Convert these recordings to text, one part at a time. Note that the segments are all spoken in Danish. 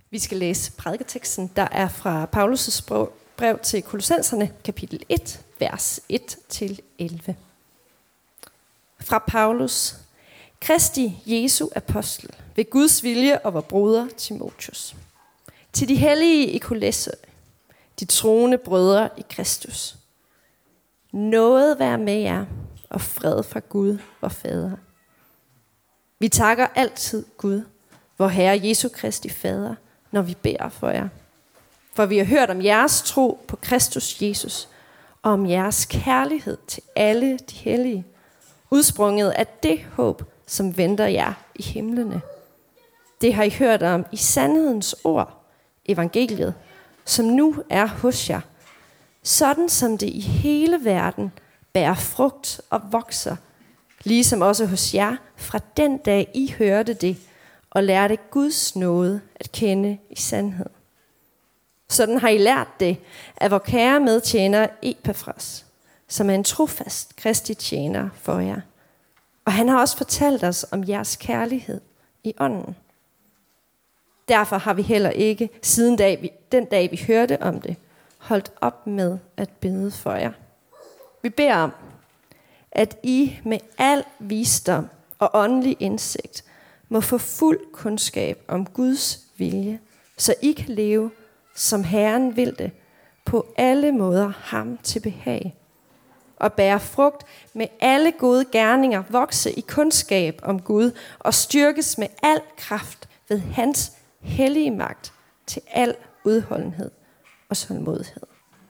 Vi skal læse prædiketeksten, der er fra Paulus' brev til Kolossenserne, kapitel 1, vers 1-11. Fra Paulus, Kristi Jesu apostel, ved Guds vilje og vor broder Timotheus. Til de hellige i Kolosse, de troende brødre i Kristus. Nåde være med jer, og fred fra Gud, vor Fader. Vi takker altid Gud, vor Herre Jesu Kristi Fader, når vi beder for jer. For vi har hørt om jeres tro på Kristus Jesus, og om jeres kærlighed til alle de hellige, udsprunget af det håb, som venter jer i himlene. Det har I hørt om i sandhedens ord, evangeliet, som nu er hos jer, sådan som det i hele verden bærer frugt og vokser, ligesom også hos jer fra den dag I hørte det, og lærte Guds nåde at kende i sandhed. Sådan har I lært det af vor kære medtjener Epafras, som er en trofast Kristi tjener for jer. Og han har også fortalt os om jeres kærlighed i ånden. Derfor har vi heller ikke, siden den dag vi hørte om det, holdt op med at bede for jer. Vi beder om, at I med al visdom og åndelig indsigt må få fuld kundskab om Guds vilje, så I kan leve, som Herren vil det, på alle måder ham til behag, og bære frugt med alle gode gerninger, vokse i kundskab om Gud, og styrkes med al kraft ved hans hellige magt til al udholdenhed og tålmodighed.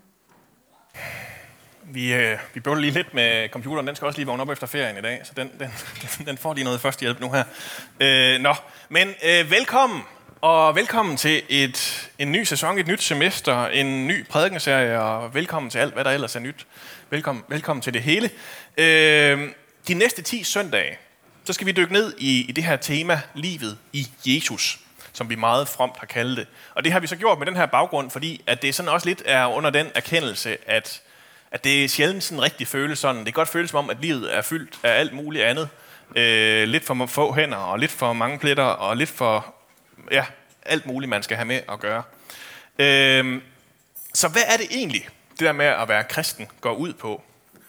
Vi bøvler lige lidt med computeren. Den skal også lige vågne op efter ferien i dag, så den får lige noget førstehjælp nu her. Velkommen, og velkommen til en ny sæson, et nyt semester, en ny prædikenserie, og velkommen til alt, hvad der ellers er nyt. Velkommen til det hele. De næste 10 søndage, så skal vi dykke ned i det her tema, livet i Jesus, som vi meget fromt har kaldt det. Og det har vi så gjort med den her baggrund, fordi at det sådan også lidt er under den erkendelse, at det sjældent sådan rigtig føles sådan. Det kan godt føles som om, at livet er fyldt af alt muligt andet. Lidt for få hænder, og lidt for mange pletter, og lidt for alt muligt, man skal have med at gøre. Så hvad er det egentlig, det der med at være kristen går ud på?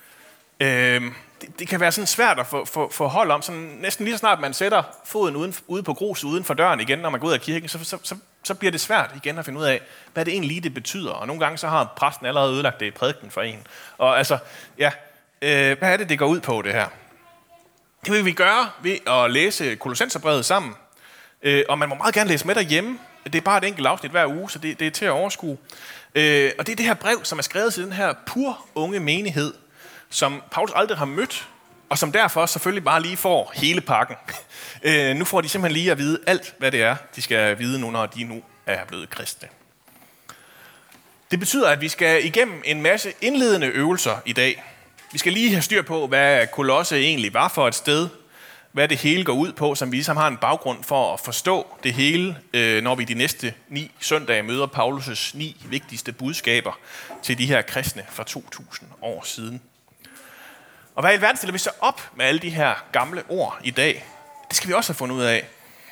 Det kan være sådan svært at få hold om. Sådan, næsten lige så snart man sætter foden ude på grus uden for døren igen, når man går ud af kirken, så bliver det svært igen at finde ud af, hvad det egentlig det betyder. Og nogle gange så har præsten allerede ødelagt det i prædiken for en. Og altså, hvad er det går ud på, det her? Det vil vi gøre ved at læse Kolossenserbrevet sammen. Og man må meget gerne læse med derhjemme. Det er bare et enkelt afsnit hver uge, så det er til at overskue. Og det er det her brev, som er skrevet til den her pur unge menighed, som Paulus aldrig har mødt, og som derfor selvfølgelig bare lige får hele pakken. Nu får de simpelthen lige at vide alt, hvad det er, de skal vide nu, når de nu er blevet kristne. Det betyder, at vi skal igennem en masse indledende øvelser i dag. Vi skal lige have styr på, hvad Kolosse egentlig var for et sted, hvad det hele går ud på, som vi ligesom har en baggrund for at forstå det hele, når vi de næste 9 søndage møder Paulus' 9 vigtigste budskaber til de her kristne for 2000 år siden. Og hvad i alverden stiller vi så op med alle de her gamle ord i dag? Det skal vi også have fundet ud af.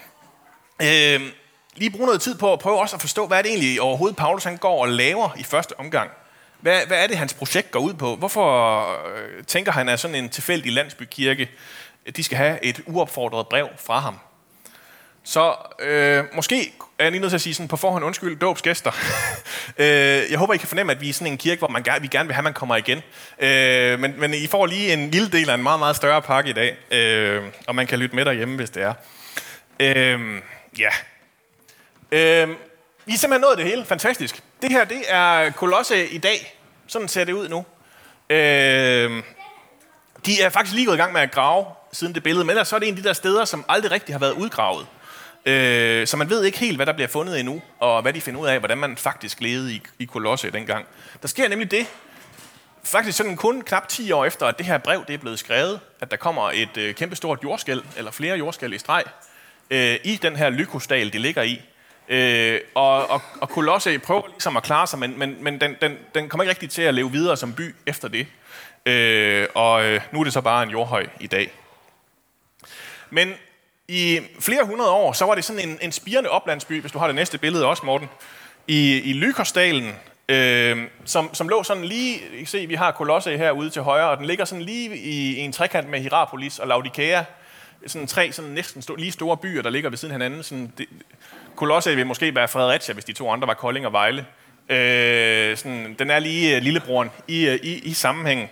Lige bruge noget tid på at prøve også at forstå, hvad er det egentlig overhovedet Paulus han går og laver i første omgang. Hvad er det, hans projekt går ud på? Hvorfor tænker han, at sådan en tilfældig landsbykirke, de skal have et uopfordret brev fra ham? Så måske er jeg lige nødt til at sige sådan på forhånd undskyld, dåbsgæster. Jeg håber, I kan fornemme, at vi er sådan en kirke, hvor vi gerne vil have, at man kommer igen. Men I får lige en lille del af en meget, meget større pakke i dag. Og man kan lytte med derhjemme, hvis det er. Vi er simpelthen nået det hele. Fantastisk. Det her, det er Kolosse i dag. Sådan ser det ud nu. De er faktisk lige gået i gang med at grave siden det billede. Men ellers så er det en af de der steder, som aldrig rigtig har været udgravet. Så man ved ikke helt, hvad der bliver fundet endnu, og hvad de finder ud af, hvordan man faktisk levede i Kolosse dengang. Der sker nemlig det, faktisk sådan kun knap 10 år efter, at det her brev det er blevet skrevet, at der kommer et kæmpestort jordskælv, eller flere jordskælv i streg, i den her Lykosdal, det ligger i. Og Kolosse prøver ligesom at klare sig, men den kommer ikke rigtig til at leve videre som by efter det. Og nu er det så bare en jordhøj i dag. Men I flere hundrede år, så var det sådan en spirende oplandsby, hvis du har det næste billede også, Morten, i Lykersdalen, som lå sådan lige, I kan se, vi har Colossae herude til højre, og den ligger sådan lige i en trekant med Hierapolis og Laodikea, sådan tre sådan næsten lige store byer, der ligger ved siden af hinanden. Colossae vil måske være Fredericia, hvis de to andre var Kolding og Vejle. Den er lige lillebroren i sammenhængen.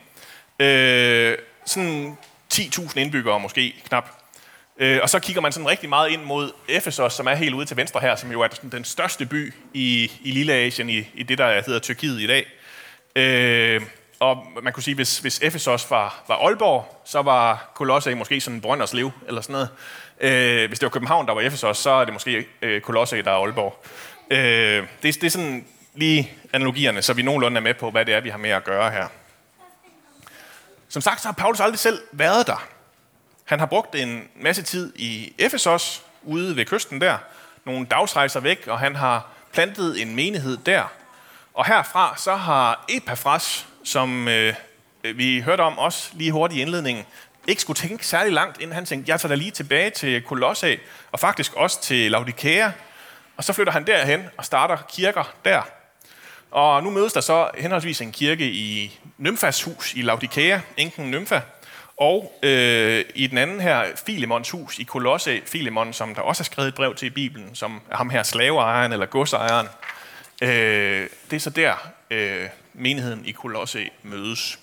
Sådan 10.000 indbyggere måske, knap. Og så kigger man sådan rigtig meget ind mod Efesos, som er helt ude til venstre her, som jo er den største by i Lilleasien, i det, der hedder Tyrkiet i dag. Og man kunne sige, hvis Efesos var Aalborg, så var Colossae måske sådan Brønderslev eller sådan noget. Hvis det var København, der var Efesos, så er det måske Colossae, der er Aalborg. Det er sådan lige analogierne, så vi nogenlunde er med på, hvad det er, vi har med at gøre her. Som sagt, så har Paulus aldrig selv været der. Han har brugt en masse tid i Efesos, ude ved kysten der, nogle dagsrejser væk, og han har plantet en menighed der. Og herfra så har Epafras, som vi hørte om også lige hurtigt i indledningen, ikke skulle tænke særlig langt, inden han tænkte, jeg tager da lige tilbage til Colossae, og faktisk også til Laodikea. Og så flytter han derhen og starter kirker der. Og nu mødes der så henholdsvis en kirke i Nymfas hus i Laodikea, enken Nymfa, og i den anden her, Filemons hus i Colossae, Filemon, som der også er skrevet et brev til i Bibelen, som er ham her slaveejeren eller godsejeren. Det er så der, menigheden i Colossae mødes.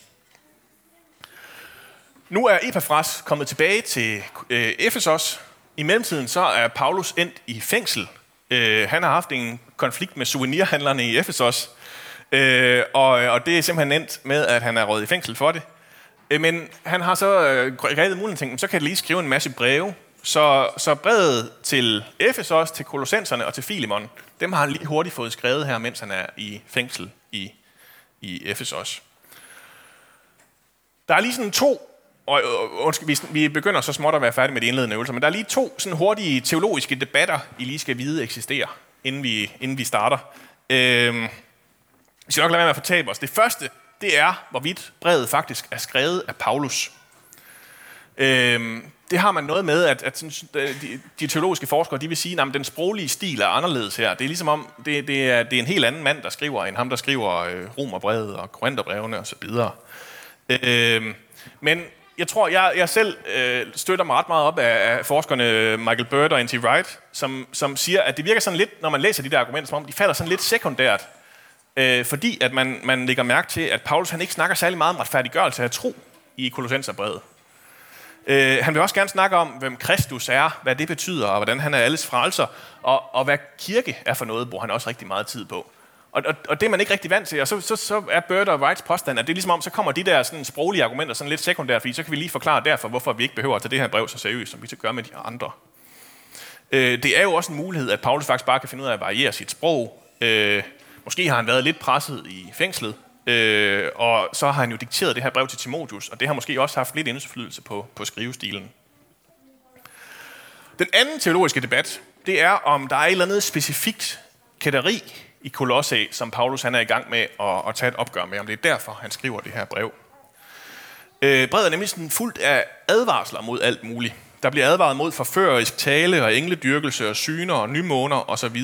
Nu er Epafras kommet tilbage til Efesos. I mellemtiden så er Paulus endt i fængsel. Han har haft en konflikt med souvenirhandlerne i Efesos, og det er simpelthen endt med, at han er røget i fængsel for det. Men han har så grebet muligheden og tænkt, så kan jeg lige skrive en masse breve. Så brevet til Efesos, til Kolossenserne og til Filemon, dem har han lige hurtigt fået skrevet her, mens han er i fængsel i Efesos. Der er lige sådan to, og vi begynder så småt at være færdige med de indledende øvelser, men der er lige to sådan hurtige teologiske debatter, I lige skal vide eksisterer, inden vi starter. Vi skal nok lade være med at fortabe os. Det første, det er, hvorvidt brevet faktisk er skrevet af Paulus. Det har man noget med, at de teologiske forskere, de vil sige, at den sproglige stil er anderledes her. Det er ligesom om, det er en helt anden mand, der skriver, end ham, der skriver Romerbrevet og Korintherbrevene osv. Men jeg tror, jeg selv støtter mig ret meget op af forskerne Michael Bird og N.T. Wright, som siger, at det virker sådan lidt, når man læser de der argumenter, som om de falder sådan lidt sekundært, fordi at man lægger mærke til, at Paulus han ikke snakker særlig meget om retfærdiggørelse af tro i Kolossenserbrevet. Han vil også gerne snakke om, hvem Kristus er, hvad det betyder, og hvordan han er alles frelser, og hvad kirke er for noget, bruger han også rigtig meget tid på. Og det er man ikke rigtig vant til, og så er Bird og Wrights påstand, at det er ligesom om, så kommer de der sådan sproglige argumenter sådan lidt sekundært, fordi så kan vi lige forklare derfor, hvorfor vi ikke behøver at tage det her brev så seriøst, som vi skal gøre med de andre. Det er jo også en mulighed, at Paulus faktisk bare kan finde ud af at variere sit sprog. Måske har han været lidt presset i fængslet, og så har han jo dikteret det her brev til Timotheus, og det har måske også haft lidt indflydelse på skrivestilen. Den anden teologiske debat, det er, om der er et eller andet specifikt kætteri i Colossae, som Paulus han er i gang med at tage et opgør med, om det er derfor, han skriver det her brev. Brevet er nemlig sådan fuldt af advarsler mod alt muligt. Der bliver advaret mod forførerisk tale og engledyrkelse og syner og nymåner osv.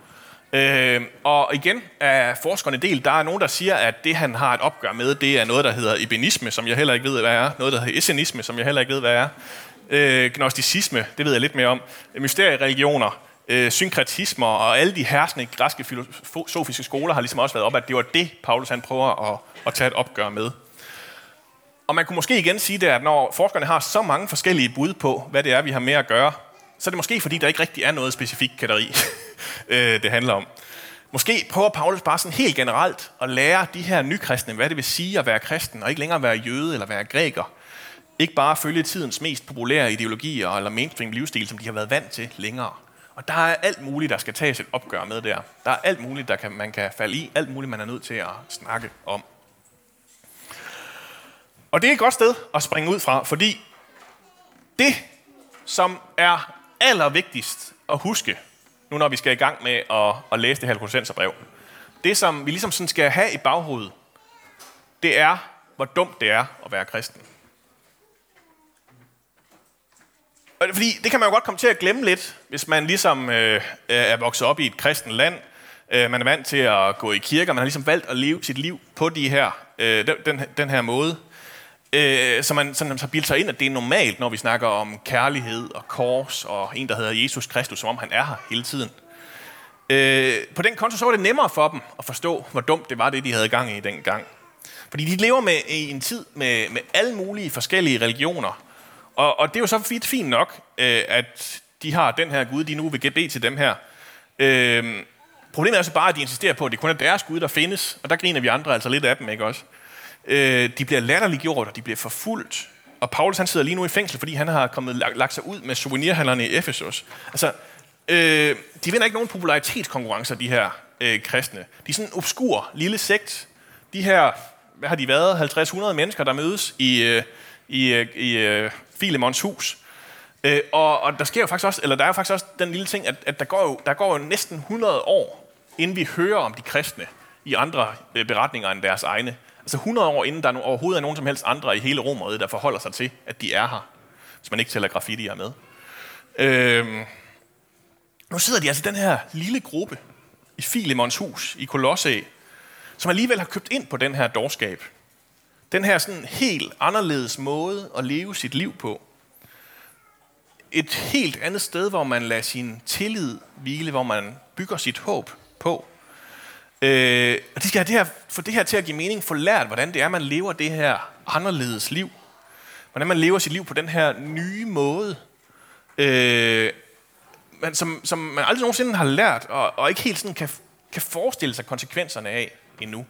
Og igen er forskerne delt. Der er nogen, der siger, at det, han har et opgør med, det er noget, der hedder ebenisme, som jeg heller ikke ved, hvad er. Noget, der hedder essenisme, som jeg heller ikke ved, hvad er. Gnosticisme, det ved jeg lidt mere om. Mysteriereligioner, synkretismer og alle de herskende græske filosofiske skoler har ligesom også været op, at det var det, Paulus han prøver at tage et opgør med. Og man kunne måske igen sige det, at når forskerne har så mange forskellige bud på, hvad det er, vi har med at gøre, så er det måske fordi, der ikke rigtig er noget specifikt kætteri, det handler om. Måske prøver Paulus bare sådan helt generelt at lære de her nykristne, hvad det vil sige at være kristen, og ikke længere være jøde eller være græker. Ikke bare følge tidens mest populære ideologier eller mainstream livsstil, som de har været vant til længere. Og der er alt muligt, der skal tages et opgør med der. Der er alt muligt, man kan falde i, alt muligt, man er nødt til at snakke om. Og det er et godt sted at springe ud fra, fordi det, som er allervigtigst at huske, nu når vi skal i gang med at læse det her Kolossenserbrev, det som vi ligesom sådan skal have i baghovedet, det er, hvor dumt det er at være kristen. Fordi det kan man jo godt komme til at glemme lidt, hvis man ligesom er vokset op i et kristent land. Man er vant til at gå i kirke, og man har ligesom valgt at leve sit liv på den her måde. Så man så bilder sig ind, at det er normalt, når vi snakker om kærlighed og kors og en, der hedder Jesus Kristus, som om han er her hele tiden. På den konto så var det nemmere for dem at forstå, hvor dumt det var, det de havde gang i dengang. Fordi de lever i en tid med alle mulige forskellige religioner. Og det er jo så fint nok, at de har den her Gud, de nu vil bede til dem her. Problemet er så bare, at de insisterer på, at det kun er deres Gud, der findes. Og der griner vi andre altså lidt af dem, ikke også? De bliver latterliggjort, og de bliver forfulgt. Og Paulus han sidder lige nu i fængsel, fordi han har lagt sig ud med souvenirhandlerne i Efesus. Altså, de vinder ikke nogen popularitetskonkurrencer, de her kristne. De er sådan en obskur lille sekt. De her, hvad har de været, 50-100 mennesker, der mødes i Filemons hus. Og der sker jo faktisk også, eller der er jo faktisk også den lille ting, at der går jo næsten 100 år, inden vi hører om de kristne i andre beretninger end deres egne. Altså 100 år, inden der overhovedet er nogen som helst andre i hele Romerriget, der forholder sig til, at de er her, hvis man ikke tæller graffitier med. Nu sidder de altså den her lille gruppe i Filemons hus i Kolosse, som alligevel har købt ind på den her dårskab. Den her sådan helt anderledes måde at leve sit liv på. Et helt andet sted, hvor man lader sin tillid hvile, hvor man bygger sit håb på. Og de skal få det her til at give mening, få lært, hvordan det er, man lever det her anderledes liv. Hvordan man lever sit liv på den her nye måde, som man aldrig nogensinde har lært, og ikke helt sådan kan forestille sig konsekvenserne af endnu.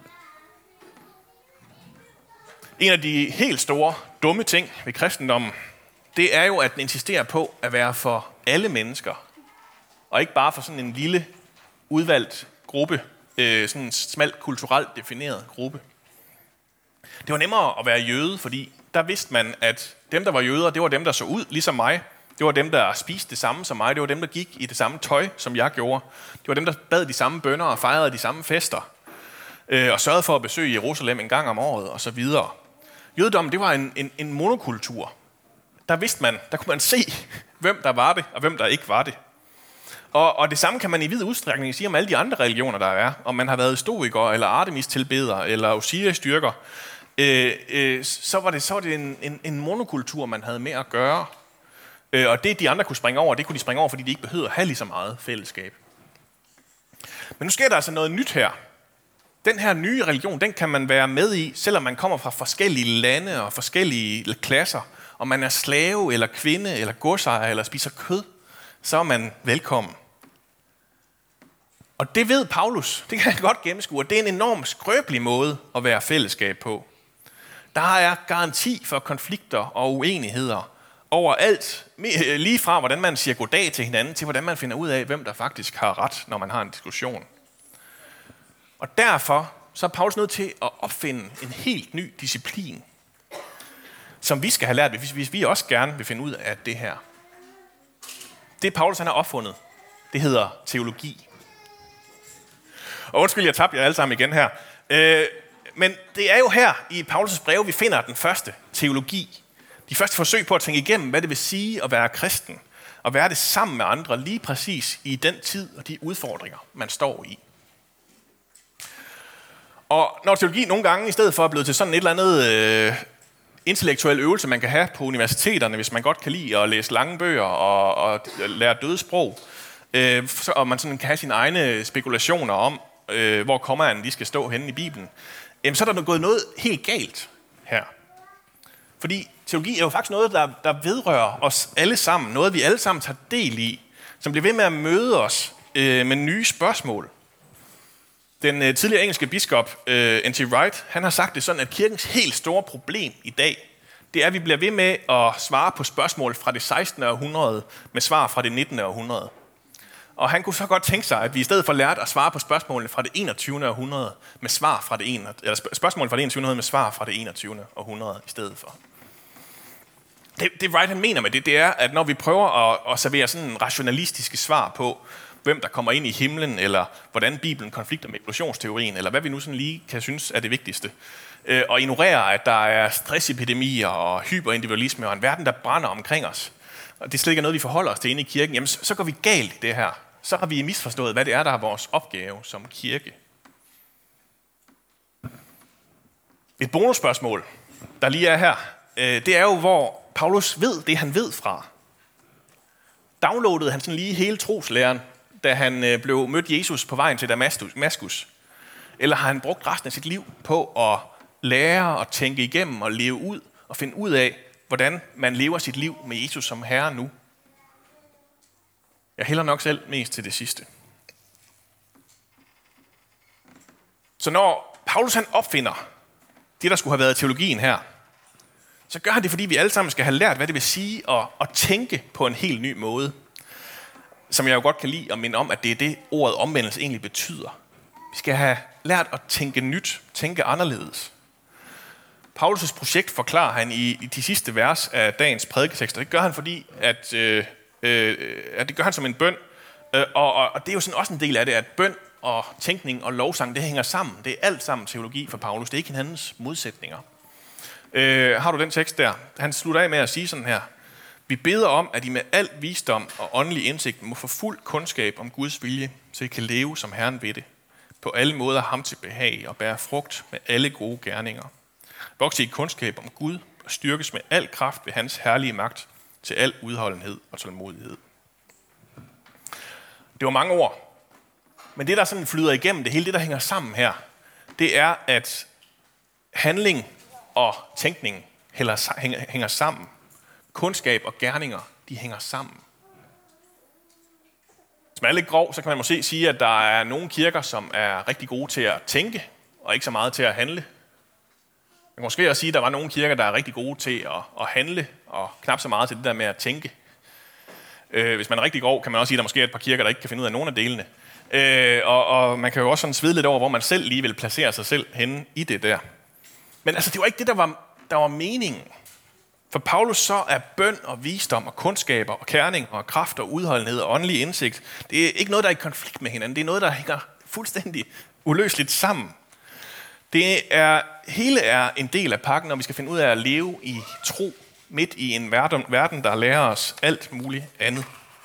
En af de helt store, dumme ting ved kristendommen, det er jo, at den insisterer på at være for alle mennesker, og ikke bare for sådan en lille, udvalgt gruppe, sådan en smalt, kulturelt defineret gruppe. Det var nemmere at være jøde, fordi der vidste man, at dem, der var jøder, det var dem, der så ud ligesom mig. Det var dem, der spiste det samme som mig. Det var dem, der gik i det samme tøj, som jeg gjorde. Det var dem, der bad de samme bønner og fejrede de samme fester. Og sørgede for at besøge Jerusalem en gang om året, og så videre. Jødedommen, det var en monokultur. Der vidste man, der kunne man se, hvem der var det, og hvem der ikke var det. Og det samme kan man i vid udstrækning sige om alle de andre religioner, der er. Om man har været stoiker, eller Artemis-tilbeder, eller Osiris-dyrker, så var det en monokultur, man havde med at gøre. Og det, de andre kunne springe over, det kunne de springe over, fordi de ikke behøvede at have lige så meget fællesskab. Men nu sker der altså noget nyt her. Den her nye religion, den kan man være med i, selvom man kommer fra forskellige lande og forskellige klasser. Om man er slave, eller kvinde, eller godsejer, eller spiser kød, så er man velkommen. Og det ved Paulus, det kan jeg godt gennemskue, og det er en enormt skrøbelig måde at være fællesskab på. Der er garanti for konflikter og uenigheder overalt, lige fra hvordan man siger goddag til hinanden, til hvordan man finder ud af, hvem der faktisk har ret, når man har en diskussion. Og derfor så er Paulus nødt til at opfinde en helt ny disciplin, som vi skal have lært, hvis vi også gerne vil finde ud af det her. Det Paulus han har opfundet, det hedder teologi. Og undskyld, jeg tabte jer alle sammen igen her. Men det er jo her i Paulus' breve, vi finder den første teologi. De første forsøg på at tænke igennem, hvad det vil sige at være kristen, og være det sammen med andre lige præcis i den tid og de udfordringer, man står i. Og når teologi nogle gange i stedet for er blevet til sådan et eller andet intellektuel øvelse, man kan have på universiteterne, hvis man godt kan lide at læse lange bøger og lære dødsprog, og man sådan kan have sine egne spekulationer om, hvor kommaerne de skal stå henne i Bibelen, så er der gået noget helt galt her. Fordi teologi er jo faktisk noget, der vedrører os alle sammen, noget vi alle sammen tager del i, som bliver ved med at møde os med nye spørgsmål. Den tidligere engelske biskop, N.T. Wright, han har sagt det sådan, at kirkens helt store problem i dag, det er, at vi bliver ved med at svare på spørgsmål fra det 16. århundrede med svar fra det 19. århundrede. Og han kunne så godt tænke sig, at vi i stedet for lærte at svare på spørgsmålene fra det 21. århundrede med svar fra det 21. århundrede med svar fra det 21. århundrede i stedet for. Det Wright han mener med det er, at når vi prøver at servere sådan rationalistiske svar på, hvem der kommer ind i himlen, eller hvordan Bibelen konflikter med evolutionsteorien, eller hvad vi nu sådan lige kan synes er det vigtigste, og ignorere, at der er stressepidemier og hyperindividualisme og en verden, der brænder omkring os, og det slet ikke er noget, vi forholder os til inde i kirken, jamen så går vi galt i det her. Så har vi misforstået, hvad det er, der er vores opgave som kirke. Et bonusspørgsmål, der lige er her, det er jo, hvor Paulus ved det, han ved fra. Downloadede han sådan lige hele troslæren, da han blev mødt Jesus på vejen til Damaskus? Eller har han brugt resten af sit liv på at lære og tænke igennem og leve ud og finde ud af, hvordan man lever sit liv med Jesus som Herre nu? Jeg hælder nok selv mest til det sidste. Så når Paulus han opfinder det, der skulle have været teologien her, så gør han det, fordi vi alle sammen skal have lært, hvad det vil sige at tænke på en helt ny måde. Som jeg jo godt kan lide at minde om, at det er det, ordet omvendelse egentlig betyder. Vi skal have lært at tænke nyt, tænke anderledes. Paulus' projekt forklarer han i de sidste vers af dagens prædiketekster. Det gør han, fordi at det gør han som en bøn. Og det er jo sådan også en del af det, at bøn og tænkning og lovsang, det hænger sammen. Det er alt sammen teologi for Paulus. Det er ikke hinandens modsætninger. Har du den tekst der? Han slutter af med at sige sådan her. Vi beder om, at I med al visdom og åndelig indsigt må få fuld kundskab om Guds vilje, så I kan leve som Herren ved det. På alle måder ham til behag og bære frugt med alle gode gerninger. Vokse i kundskab om Gud og styrkes med al kraft ved hans herlige magt til al udholdenhed og tålmodighed. Det var mange ord. Men det, der sådan flyder igennem det hele, det der hænger sammen her, det er, at handling og tænkning hænger sammen. Kundskab og gerninger, de hænger sammen. Hvis man er lidt grov, så kan man måske sige, at der er nogle kirker, som er rigtig gode til at tænke, og ikke så meget til at handle. Man kan måske også sige, at der var nogle kirker, der er rigtig gode til at handle, og knap så meget til det der med at tænke. Hvis man er rigtig grov, kan man også sige, at der måske er et par kirker, der ikke kan finde ud af nogen af delene. Og man kan jo også sådan svede lidt over, hvor man selv lige vil placere sig selv henne i det der. Men altså, det var ikke det, der var meningen. For Paulus så er bøn og visdom og kundskaber og kærning og kraft og udholdenhed og åndelig indsigt, det er ikke noget, der er i konflikt med hinanden. Det er noget, der hænger fuldstændig uløseligt sammen. Hele er en del af pakken, når vi skal finde ud af at leve i tro midt i en verden, der lærer os alt muligt andet.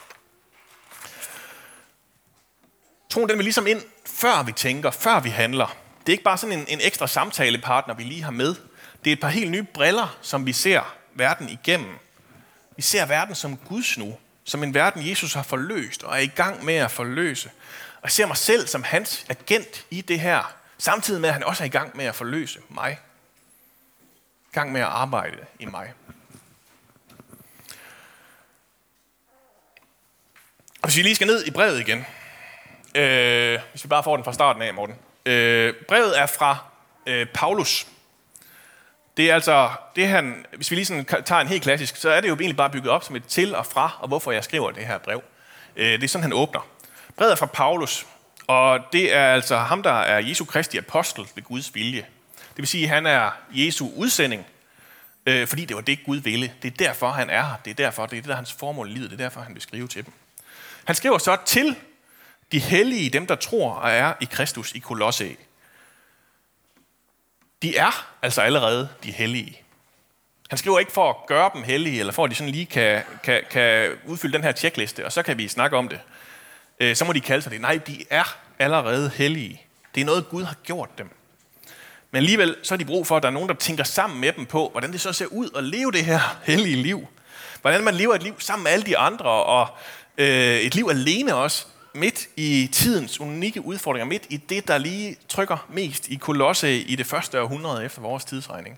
Troen, den vil ligesom ind, før vi tænker, før vi handler. Det er ikke bare sådan en ekstra samtalepartner, vi lige har med. Det er et par helt nye briller, som vi ser verden igennem. Vi ser verden som Guds nu, som en verden, Jesus har forløst og er i gang med at forløse. Og jeg ser mig selv som hans agent i det her, samtidig med, at han også er i gang med at forløse mig. I gang med at arbejde i mig. Og hvis vi lige skal ned i brevet igen, hvis vi bare får den fra starten af, Morten. Brevet er fra Paulus. Det er altså, hvis vi lige sådan tager en helt klassisk, så er det jo egentlig bare bygget op som et til og fra, og hvorfor jeg skriver det her brev. Det er sådan, han åbner. Brevet er fra Paulus, og det er altså ham, der er Jesu Kristi apostel ved Guds vilje. Det vil sige, at han er Jesu udsending, fordi det var det, Gud ville. Det er derfor, han er her. Det er det, der er hans formål i livet. Det er derfor, han vil skrive til dem. Han skriver så til de hellige, dem der tror og er i Kristus i Kolosse. De er altså allerede de hellige. Han skriver ikke for at gøre dem hellige, eller for at de sådan lige kan udfylde den her tjekliste, og så kan vi snakke om det. Så må de kalde sig det. Nej, de er allerede hellige. Det er noget, Gud har gjort dem. Men alligevel så er de brug for, at der er nogen, der tænker sammen med dem på, hvordan det så ser ud at leve det her hellige liv. Hvordan man lever et liv sammen med alle de andre, og et liv alene også, midt i tidens unikke udfordringer, midt i det, der lige trykker mest i Kolosse i det første århundrede efter vores tidsregning.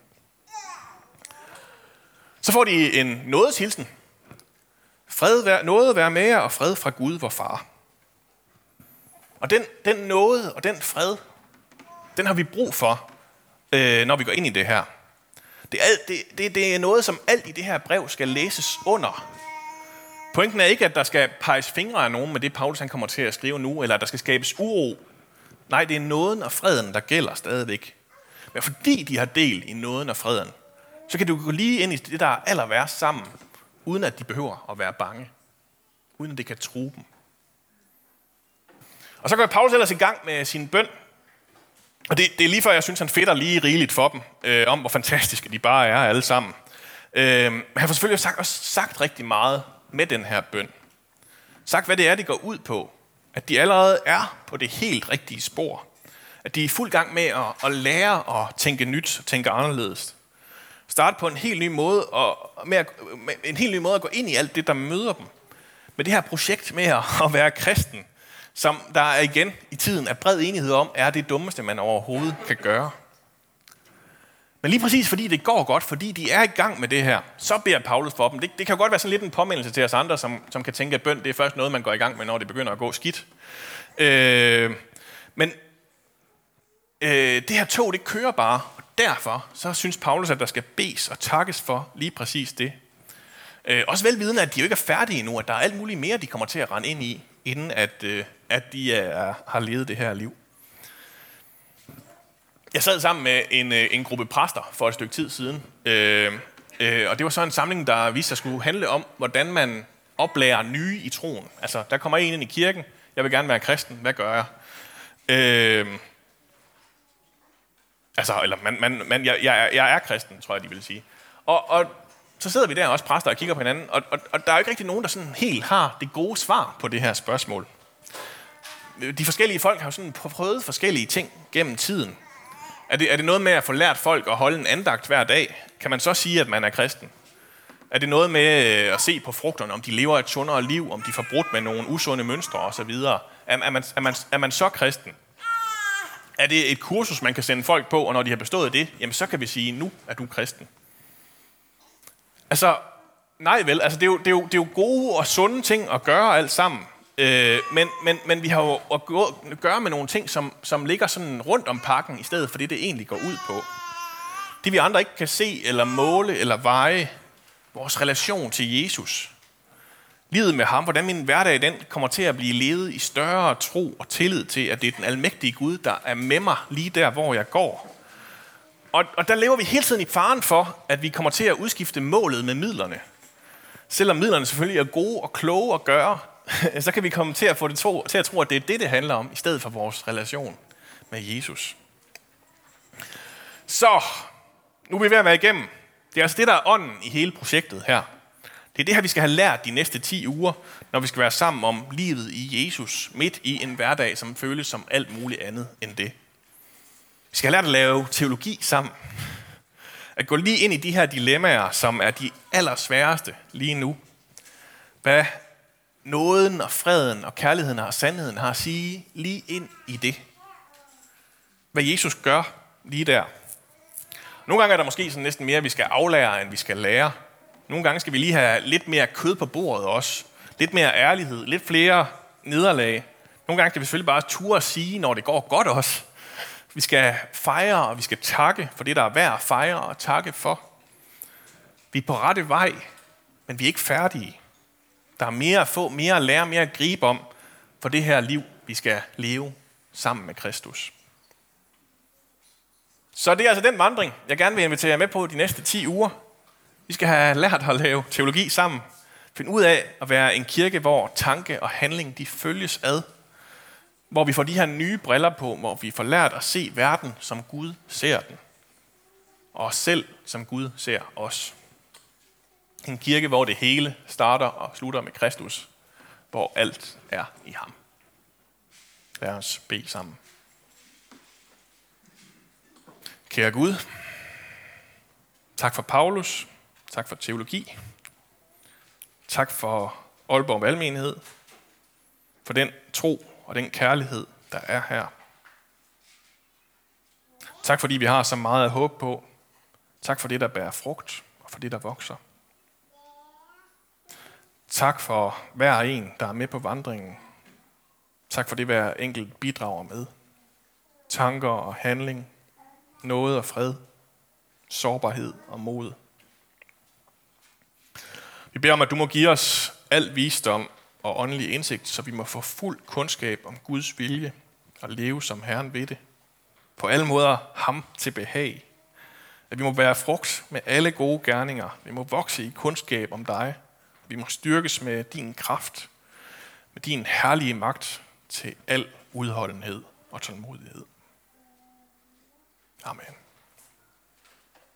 Så får de en nådeshilsen. Nåde være med jer, og fred fra Gud, vor far. Og den nåde og den fred, den har vi brug for, når vi går ind i det her. Det er noget, som alt i det her brev skal læses under. Pointen er ikke, at der skal peges fingre af nogen med det, Paulus han kommer til at skrive nu, eller at der skal skabes uro. Nej, det er nåden og freden, der gælder stadigvæk. Men fordi de har del i nåden og freden, så kan du gå lige ind i det, der er aller værst sammen, uden at de behøver at være bange. Uden at det kan true dem. Og så går Paulus ellers i gang med sin bøn. Og det er lige før, jeg synes, han fedter lige rigeligt for dem, om hvor fantastiske de bare er alle sammen. Han får selvfølgelig også sagt rigtig meget, med den her bøn. Sagt, hvad det er, det går ud på. At de allerede er på det helt rigtige spor. At de er i fuld gang med at lære at tænke nyt og tænke anderledes. Starte på en helt ny måde med en helt ny måde at gå ind i alt det, der møder dem. Med det her projekt med at være kristen, som der er igen i tiden er bred enighed om, er det dummeste, man overhovedet kan gøre. Men lige præcis fordi det går godt, fordi de er i gang med det her, så beder Paulus for dem. Det kan jo godt være sådan lidt en påmindelse til os andre, som kan tænke, at bøn det er først noget, man går i gang med, når det begynder at gå skidt. Men det her tog, det kører bare, og derfor så synes Paulus, at der skal bes og takkes for lige præcis det. Også velvidende, at de jo ikke er færdige endnu, at der er alt muligt mere, de kommer til at rende ind i, inden at de har levet det her liv. Jeg sad sammen med en gruppe præster for et stykke tid siden, og det var så en samling, der viste sig skulle handle om, hvordan man oplærer nye i troen. Altså, der kommer en ind i kirken, jeg vil gerne være kristen, hvad gør jeg? Jeg er kristen, tror jeg, de vil sige. Og så sidder vi der også præster og kigger på hinanden, og der er jo ikke rigtig nogen, der sådan helt har det gode svar på det her spørgsmål. De forskellige folk har jo sådan prøvet forskellige ting gennem tiden. Er det noget med at få lært folk at holde en andagt hver dag? Kan man så sige, at man er kristen? Er det noget med at se på frugterne, om de lever et sundere liv, om de får brudt med nogle usunde mønstre osv.? Er man så kristen? Er det et kursus, man kan sende folk på, og når de har bestået det, jamen så kan vi sige, nu er du kristen. Altså, nej vel, altså det er jo gode og sunde ting at gøre alt sammen. Men vi har jo at gøre med nogle ting, som ligger sådan rundt om pakken, i stedet for det egentlig går ud på. Det vi andre ikke kan se, eller måle, eller veje, vores relation til Jesus. Livet med ham, hvordan min hverdag den kommer til at blive levet i større tro og tillid til, at det er den almægtige Gud, der er med mig lige der, hvor jeg går. Og der lever vi hele tiden i faren for, at vi kommer til at udskifte målet med midlerne. Selvom midlerne selvfølgelig er gode og kloge at gøre, så kan vi komme til at få det til at tro, at det er det handler om, i stedet for vores relation med Jesus. Så, nu er vi ved at være igennem. Det er altså det, der er ånden i hele projektet her. Det er det her, vi skal have lært de næste 10 uger, når vi skal være sammen om livet i Jesus, midt i en hverdag, som føles som alt muligt andet end det. Vi skal have lært at lave teologi sammen. At gå lige ind i de her dilemmaer, som er de allersværeste lige nu. Hvad nåden og freden og kærligheden og sandheden har at sige lige ind i det. Hvad Jesus gør lige der. Nogle gange er der måske sådan næsten mere, vi skal aflære, end vi skal lære. Nogle gange skal vi lige have lidt mere kød på bordet også. Lidt mere ærlighed, lidt flere nederlag. Nogle gange skal vi selvfølgelig bare ture at sige, når det går godt også. Vi skal fejre, og vi skal takke for det, der er værd at fejre og takke for. Vi er på rette vej, men vi er ikke færdige. Der er mere at få, mere at lære, mere at gribe om for det her liv, vi skal leve sammen med Kristus. Så det er altså den vandring, jeg gerne vil invitere jer med på de næste 10 uger. Vi skal have lært at lave teologi sammen. Finde ud af at være en kirke, hvor tanke og handling de følges ad. Hvor vi får de her nye briller på, hvor vi får lært at se verden, som Gud ser den. Og os selv, som Gud ser os. En kirke, hvor det hele starter og slutter med Kristus. Hvor alt er i ham. Lad os bede sammen. Kære Gud, tak for Paulus, tak for teologi, tak for Aalborg Valgmenighed, for den tro og den kærlighed, der er her. Tak fordi vi har så meget at håbe på. Tak for det, der bærer frugt, og for det, der vokser. Tak for hver en, der er med på vandringen. Tak for det, hver enkelt bidrager med. Tanker og handling, nåde og fred, sårbarhed og mod. Vi beder om, at du må give os al visdom og åndelig indsigt, så vi må få fuld kundskab om Guds vilje og leve som Herren ved det. På alle måder ham til behag. At vi må bære frugt med alle gode gerninger. Vi må vokse i kundskab om dig. Vi må styrkes med din kraft, med din herlige magt til al udholdenhed og tålmodighed. Amen.